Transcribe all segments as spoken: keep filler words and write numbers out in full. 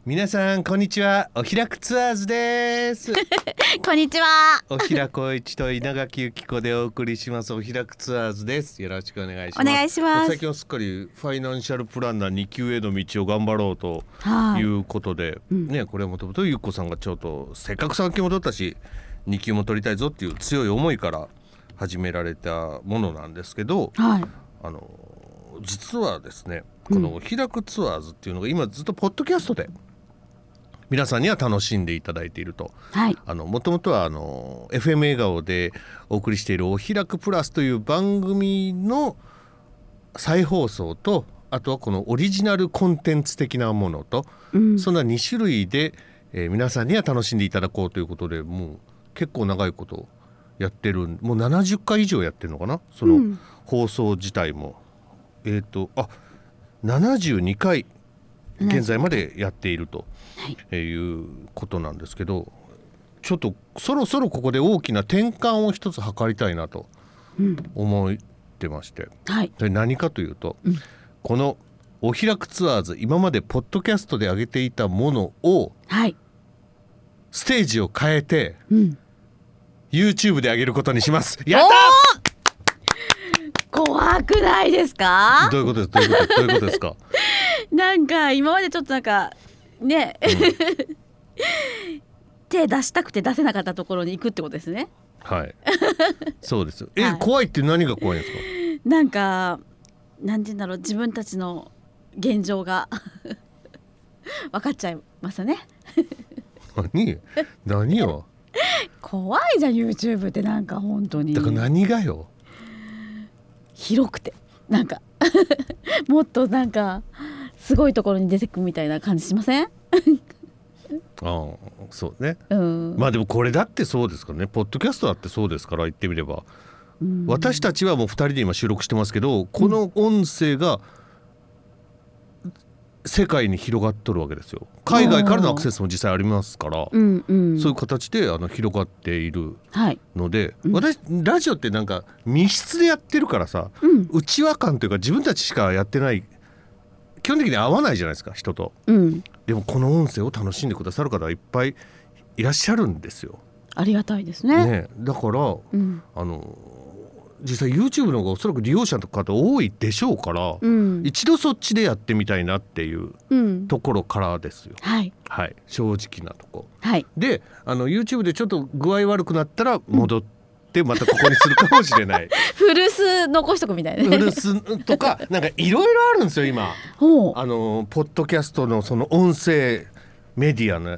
皆さんこんにちは。おひらくツアーズですこんにちは。 おひらこいちと稲垣由紀子でお送りしますおひらくツアーズです。よろしくお願いします。 お願いします。 最近はすっかりファイナンシャルプランナーに級への道を頑張ろうということで、うん、ね、これはもともとゆっこさんがちょっとせっかくさん級も取ったしに級も取りたいぞっていう強い思いから始められたものなんですけど、はい、あの実はですね、このおひらくツアーズっていうのが今ずっとポッドキャストで皆さんには楽しんでいただいていると、はい、あのもともとはあの エフエム 笑顔でお送りしているおひらくプラスという番組の再放送と、あとはこのオリジナルコンテンツ的なものと、うん、そんなに種類で、えー、皆さんには楽しんでいただこうということで、もう結構長いことやってる、もうななじゅっかい以上やってるのかな、その放送自体も、うん、えっとあななじゅうにかい現在までやっているということなんですけど、ちょっとそろそろここで大きな転換を一つ図りたいなと思ってまして、うん、はい、で何かというと、うん、このおひらくツアーズ、今までポッドキャストで上げていたものを、はい、ステージを変えて、うん、YouTube で上げることにします。やったー！怖くないですか？ どういうことですどういうことどういうことですか？ なんか今までちょっとなんかね、うん、手出したくて出せなかったところに行くってことですね。 はいそうです。え、はい、怖いって何が怖いんですか？ なんかなんて言うんだろう、自分たちの現状が分かっちゃいますね何何よ怖いじゃん YouTube って。なんか本当にだから何がよ、 広くてなんかもっとなんかすごいところに出てくみたいな感じしません？ああ、そうね、うん、まあでもこれだってそうですからね、ポッドキャストだってそうですから、言ってみれば、うん、私たちはもうふたりで今収録してますけど、この音声が世界に広がっとるわけですよ。海外からのアクセスも実際ありますから、うんうん、そういう形であの広がっているので、はい、私ラジオってなんか密室でやってるからさ、うん、内輪感というか自分たちしかやってない、基本的に合わないじゃないですか、人と、うん、でもこの音声を楽しんでくださる方がいっぱいいらっしゃるんですよ。 ありがたいです ね, ねだから、うん、あの実際 YouTube の方がおそらく利用者の方多いでしょうから、うん、一度そっちでやってみたいなっていうところからですよ、うん、はいはい、正直なとこ、はい、であの YouTube でちょっと具合悪くなったら戻って、うんでまたここにするかもしれない古巣残しとくみたいな、ね、 古巣とかなんかいろいろあるんですよ今あのポッドキャストのその音声メディアのって、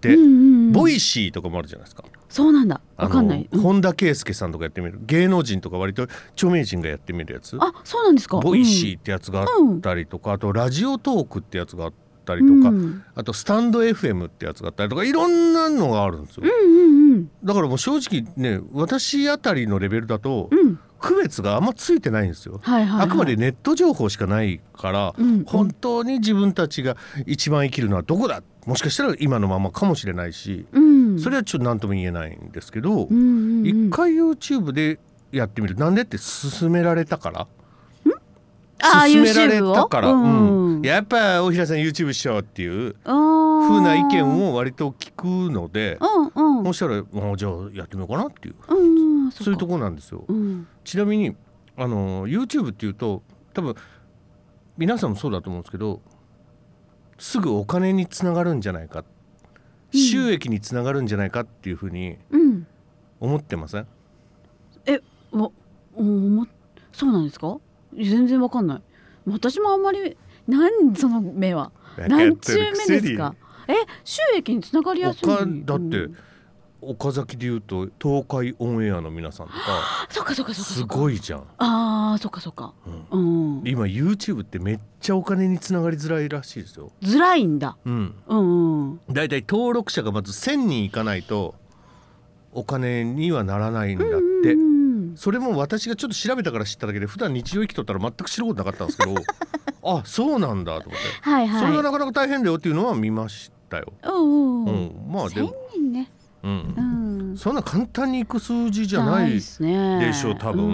うんうんうん、ボイシーとかもあるじゃないですか。 そうなんだ、わかんない、 うん、本田圭佑さんとかやってみる、芸能人とか割と著名人がやってみるやつ、 あ、そうなんですか。 ボイシーってやつがあったりとか、うん、あとラジオトークってやつがあったりとか、うん、あとスタンド エフエム ってやつがあったりとか、いろんなのがあるんですよ、うんうんうん、だからもう正直ね、私あたりのレベルだと、うん、区別があんまついてないんですよ、はいはいはい、あくまでネット情報しかないから、うん、本当に自分たちが一番生きるのはどこだ、もしかしたら今のままかもしれないし、うん、それはちょっと何とも言えないんですけど、うんうんうん、一回 YouTube でやってみる、なんでって勧められたから、勧められたから、うんうん、やっぱ大平さん YouTube しようっていう風な意見を割と聞くので、うんうん、そしたらもうじゃあやってみようかなっていう、うんうん、そういうところなんですよ、うん、ちなみにあの YouTube っていうと多分皆さんもそうだと思うんですけど、すぐお金につながるんじゃないか、うん、収益につながるんじゃないかっていうふうに思ってません？うん、 え、おおそうなんですか？全然わかんない。私もあんまり、なんその目は何中目ですか？え、収益につながりやすい。 だって、うん、岡崎でいうと東海オンエアの皆さんとかそっかそっかそっかすごいじゃん。 あーそっかそっか、うんうん、 今 YouTube ってめっちゃお金につながりづらいらしいですよ。 づらいんだ、 うん、うんうん、だいたい登録者がまずせんにんいかないとお金にはならないんだって、うんうんうん、それも私がちょっと調べたから知っただけで、普段日常生きとったら全く知ることなかったんですけどあ、そうなんだと思って、はいはい、それはなかなか大変だよっていうのは見ましたよ。うんうん、まあでもせんにんね、うんうん、そんな簡単にいく数字じゃないでしょう多分、うん、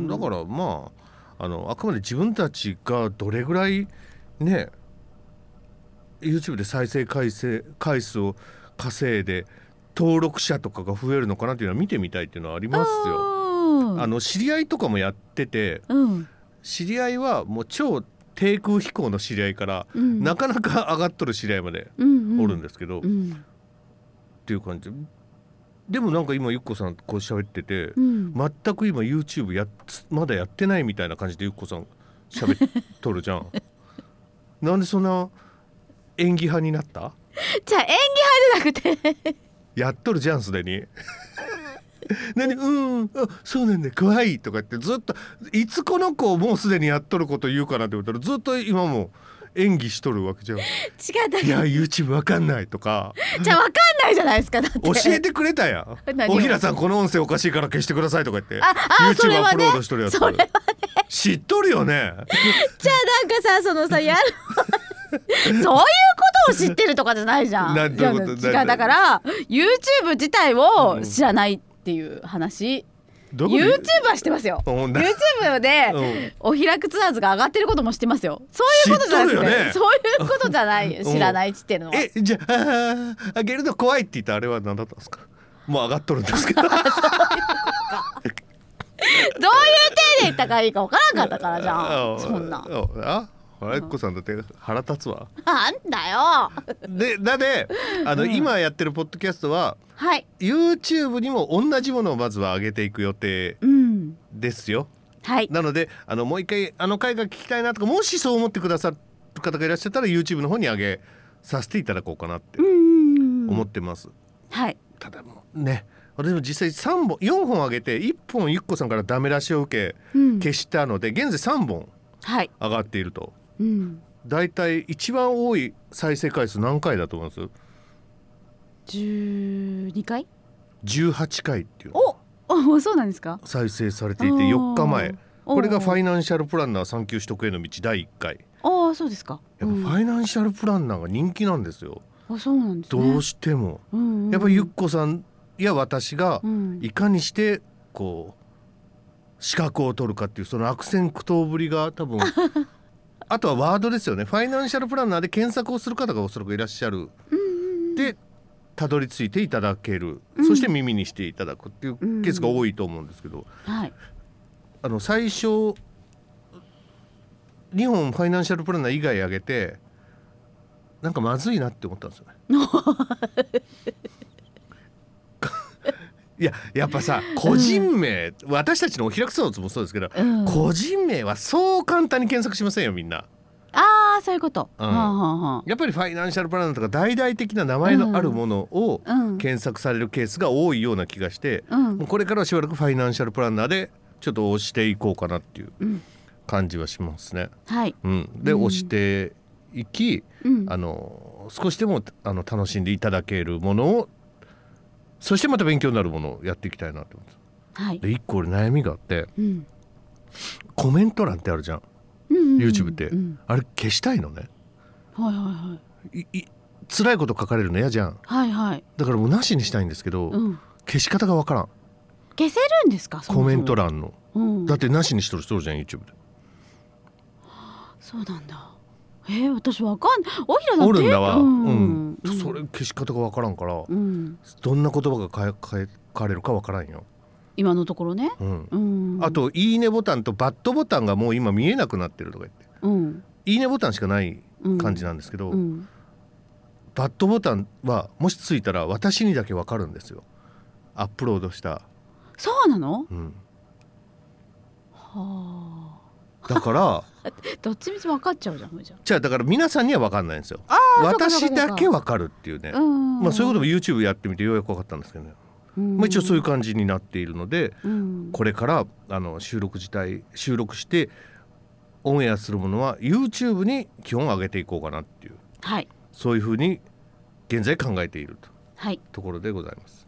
だからまあ あのあくまで自分たちがどれぐらいね YouTube で再生回数回数を稼いで登録者とかが増えるのかなっていうのは見てみたいっていうのはありますよ。あの知り合いとかもやってて、うん、知り合いはもう超低空飛行の知り合いから、うん、なかなか上がっとる知り合いまでおるんですけど、うんうん、っていう感じで。でもなんか今ゆっこさんこう喋ってて、うん、全く今 YouTube やまだやってないみたいな感じでゆっこさん喋っとるじゃんなんでそんな演技派になった？ じゃあ演技派じゃなくてやっとるじゃんすでに何うんあそうなんだ怖いとか言ってずっといつこの子もうすでにやっとること言うかなって言ったらずっと今も演技しとるわけじゃん。違うだいや YouTube わかんないとかじゃあわかんないじゃないですか。だって教えてくれたやん。おひらさんこの音声おかしいから消してくださいとか言ってああ YouTube アップロードしとるやつ、 それはね、 知っとるよねじゃあなんかさそのさやるそういうことを知ってるとかじゃないじゃん。 なんてこと違うだから YouTube 自体を知らないっていう話、うん、YouTube は知ってますよ。 YouTube でお開くツアーズが上がってることも知ってますよ。そういうことじゃなくて、ね、そういうことじゃない知らないっつってるのは。 えじゃああげるの怖いって言ったあれは何だったんですか？もう上がっとるんですけどどういう体で言ったかいいか分からんかったからじゃんそんなああっこさんだって腹立つわ。 なんだよでだであの、うん、今やってるポッドキャストは、 はい、 YouTube にも同じものをまずは上げていく予定ですよ、 うん、はい、 なのであのもう一回あの回が聞きたいなとかもしそう思ってくださる方がいらっしゃったら YouTube の方に上げさせていただこうかなって思ってます。 はい、 ただもうね私も実際さんぼんよんほん上げていっぽんゆっこさんからダメ出しを受け、うん、消したので現在さんぼん上がっていると、はい、うん、だいたい一番多い再生回数何回だと思います？ じゅうにかいじゅうはちかいっていうおおそうなんですか。 再生されていてよっかまえこれがファイナンシャルプランナーさん級取得への道だいいっかい。 ああそうですか。 やっぱファイナンシャルプランナーが人気なんですよ、 うん、あそうなんですね。 どうしても、うんうん、やっぱりゆっこさんや私がいかにしてこう資格を取るかっていうその悪戦苦闘ぶりが多分あとはワードですよね。ファイナンシャルプランナーで検索をする方がおそらくいらっしゃる、うんうん、でたどり着いていただける、うん、そして耳にしていただくっていうケースが多いと思うんですけど、 うんはい、 あの最初日本ファイナンシャルプランナー以外上げてなんかまずいなって思ったんですよねいややっぱさ個人名、うん、私たちのおひらくそもそうですけど、うん、個人名はそう簡単に検索しませんよみんな。 ああそういうこと、 うんはあはあ、やっぱりファイナンシャルプランナーとか大々的な名前のあるものを検索されるケースが多いような気がして、うん、もうこれからはしばらくファイナンシャルプランナーでちょっと押していこうかなっていう感じはしますね、 うんはいうん、で、うん、押していき、うん、あの少しでもあの楽しんでいただけるものをそしてまた勉強になるものをやっていきたいなと思います、はい、でいっこ俺悩みがあって、うん、コメント欄ってあるじゃん、うんうんうん、YouTube って、うん、あれ消したいのね、 はいはいはい、 いい辛いこと書かれるの嫌じゃん、 はいはい、 だからもうなしにしたいんですけど、うん、消し方がわからん。 消せるんですか？そもそもコメント欄の、うん、だってなしにしとる人じゃん YouTube で。 そうなんだ。えー、私わかんない。おひらだっておるんだわ、うんうん、それ消し方がわからんから、うん、どんな言葉が書かれるかわからんよ今のところね、 うんうん、あといいねボタンとバッドボタンがもう今見えなくなってるとか言って、うん、いいねボタンしかない感じなんですけど、うんうん、バッドボタンはもしついたら私にだけわかるんですよ、アップロードした。 そうなの？ うん、 はあだからどっちみち分かっちゃうじゃん。じゃあじゃあだから皆さんには分かんないんですよ。私だけ分かるっていうね、まあ、そういうことも YouTube やってみてようやく分かったんですけどね、まあ、一応そういう感じになっているので、これからあの収録自体収録してオンエアするものは YouTube に基本上げていこうかなっていう、 はい、そういうふうに現在考えている と,、 はい、 ところでございます、 うん、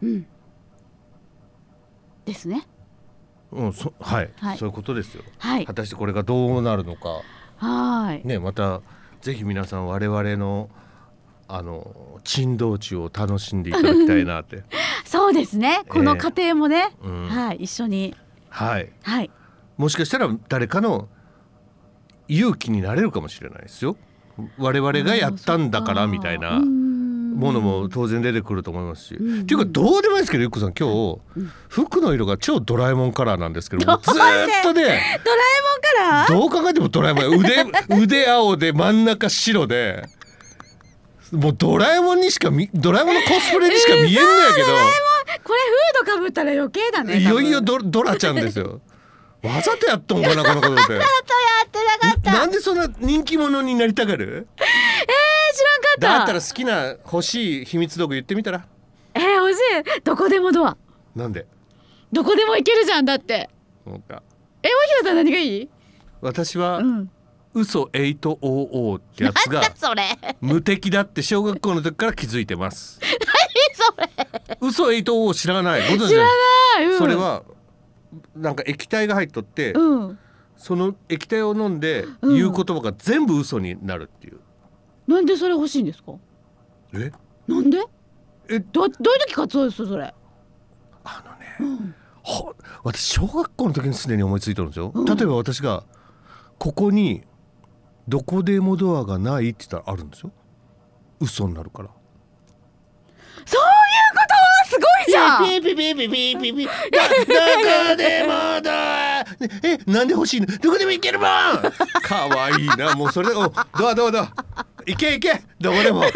ですね。 うんそはい、はい、そういうことですよ、 はい、 果たしてこれがどうなるのか、 はい、 ね、またぜひ皆さん我々のあの珍道中を楽しんでいただきたいなってそうですね、この過程もね、えーうんはい、一緒に、 はいはい、 もしかしたら誰かの勇気になれるかもしれないですよ。 我々がやったんだからみたいなものも当然出てくると思いますし、うんうん、っていうかどうでもいいですけど、ゆっこさん今日、うん、服の色が超ドラえもんカラーなんですけど、ずーっとねドラえもんカラー、 どう考えてもドラえもん、腕腕青で真ん中白で、もうドラえもんにしかみドラえもんのコスプレにしか見えんのやけど、 これフードかぶったら余計だね。 いよいよ ド, ドラちゃんですよ。わざとやっとんかなこのことで。わざとやってなかった。 なんでそんな人気者になりたがる？ えー、知らんかった。 だったら好きな欲しい秘密道具言ってみたら。 えー、欲しい。どこでもドア。 なんで？ どこでも行けるじゃんだって。 そうか。 え、大平さん何がいい？ 私は、うん、嘘エイトオーオーってやつがそれ無敵だって小学校の時から気づいてます。 何それ？ 嘘エイトオーオー知らない？ 知らない、うん、 それはなんか液体が入っとって、うん、その液体を飲んで言う言葉が全部嘘になるっていう、 うん、なんでそれ欲しいんですか？ えなんで？ えど, どういう時活動ですそれ？ あのね、うん、ほ私小学校の時にすでに思いついてるんですよ、うん、例えば私がここにどこでもドアがないって言ったらあるんですよ。嘘になるから。 そういうこと？すごいじゃん。 ピーピーピーピーピーピーピーどこでもドア、え、なんで欲しいの？どこでも行けるもん。かわいいな。もうそれでおドアドアドア行け行けどこでも。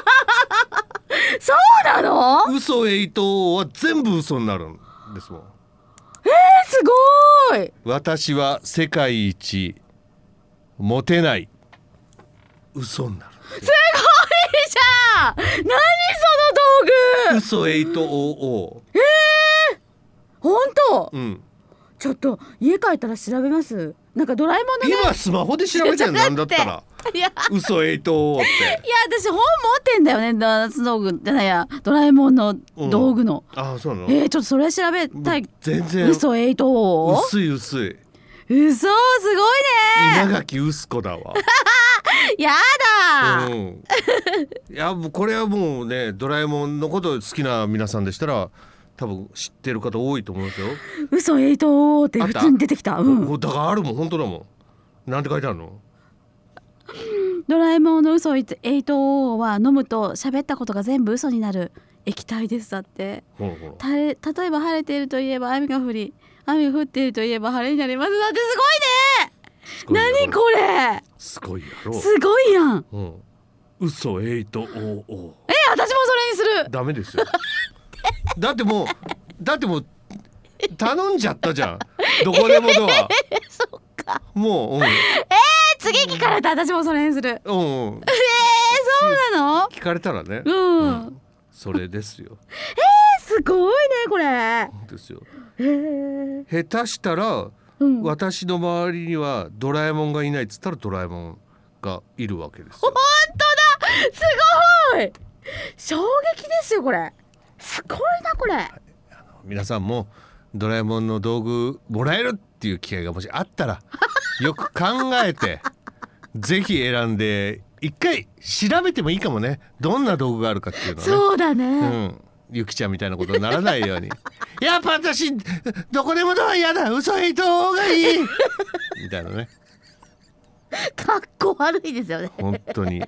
そうなの？ 嘘エイトは全部嘘になるんですもん。 えー、すごい。 私は世界一モテない嘘になる。 すごいじゃん。何その道具？ 嘘エイトオーオー。えー、本当？ うん。 ちょっと家帰ったら調べます。なんかドラえもんの、ね、 今スマホで調べちゃうなんだったら。いや嘘エイトオーって。いや私本持ってんだよね。夏道具じゃないやドラえもんの道具の。 うん、あそうなの？ えー、ちょっとそれ調べたい。 全然嘘エイトオー。 薄い薄い。 嘘すごいね。 稲垣薄子だわ。 やだ、 うん、いやもうこれはもうねドラえもんのこと好きな皆さんでしたら多分知ってる方多いと思うんですよ。 嘘エイトオーって普通に出てきた。うん、 だからあるもん本当だもん。なんて書いてあるの？ ドラえもんの嘘エイトオーは飲むと喋ったことが全部嘘になる液体ですだって。ほらほらた例えば晴れているといえば雨が降り雨が降っているといえば晴れになりますだってすごいね。何これすごいやろ。 すごいやん、うん、 嘘エイトオーオー。 え私もそれにする。 ダメですよ。だってもうだってもう頼んじゃったじゃん。どこでもドア。えー、 そっかもう、うん、えー、 次聞かれたら私もそれにする。うん、うん、えー、そうなの？ 聞かれたらね、 うん、うん、 それですよ。 えー、すごいねこれ。 ですよ。えー、下手したらうん、私の周りにはドラえもんがいないっつったらドラえもんがいるわけですよ。 本当だすごい衝撃ですよこれ。すごいなこれ。あの皆さんもドラえもんの道具もらえるっていう機会がもしあったらよく考えてぜひ選んで一回調べてもいいかもね。どんな道具があるかっていうのはね。 そうだね、 うん、ゆきちゃんみたいなことにならないようにやっぱ私どこでもドア嫌だ嘘エイトオーがいいみたいなね。 かっこ悪いですよね本当に。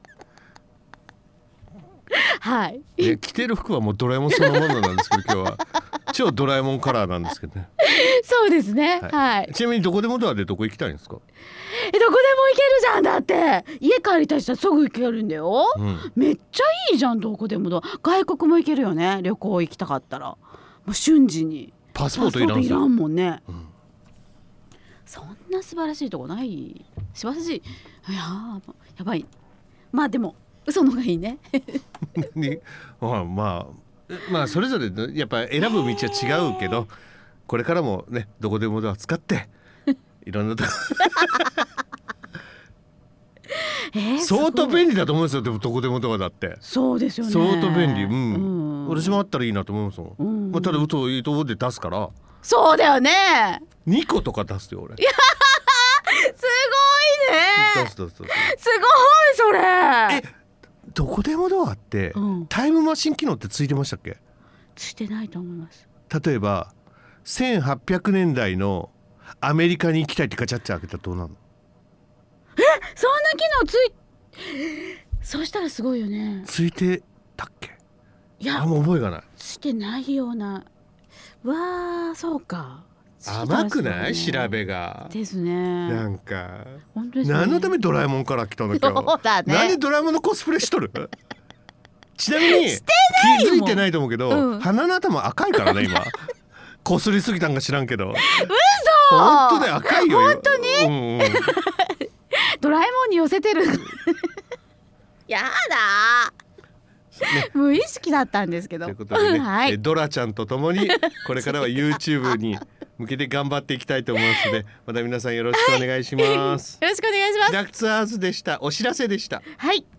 はい、 ね、着てる服はもうドラえもんそのものなんですけど今日は超ドラえもんカラーなんですけどね。 そうですね、はいはい、 ちなみにどこでもドアでどこ行きたいんですか？ えどこでも行けるじゃん。だって家帰りたいしたらすぐ行けるんだよ、うん、めっちゃいいじゃん。どこでもドア外国も行けるよね。旅行行きたかったらもう瞬時にパスポートいらんすよ。 いらんもんね、うん、そんな素晴らしいとこない。素晴らしい。いややばい。まあでも嘘のがいいねまあまあまあそれぞれやっぱ選ぶ道は違うけどこれからもねどこでもドア使っていろんなとこえー、相当便利だと思うんですよ。でもどこでもドアだってそうですよね。 相当便利、うんうん、私もあったらいいなと思いますもん、うんうんまあ、ただ嘘いいとこで出すからそうだよね。 にことか出すよ俺。 いやすごいね。 出す出す出す。すごいそれ。 えどこでもドアって、うん、タイムマシン機能ってついてましたっけ？ ついてないと思います。 例えばせんはっぴゃくねんだいのアメリカに行きたいってガチャッチャ開けたらどうなるの？ えそんな機能ついそうしたらすごいよね。 ついてたっけ？ いやあんま覚えがない。 ついてないような。わーそうか。 甘くない？調べがですね。 なんか本当ですね。 何のためにドラえもんから来たんだ今日。 そうだね。 なんでドラえもんのコスプレしとる？ちなみに気づいてないと思うけど、うん、鼻の頭赤いからね今。こすりすぎたんか知らんけど。 嘘。 本当で赤いよ。 本当に、うんうん、ドラえもんに寄せてる。やだね、無意識だったんですけど。 ということでね、はい、ドラちゃんとともにこれからは YouTube に向けて頑張っていきたいと思いますので、また皆さんよろしくお願いします。 はい、よろしくお願いします。 気楽ツアーズでした。お知らせでした。 はい。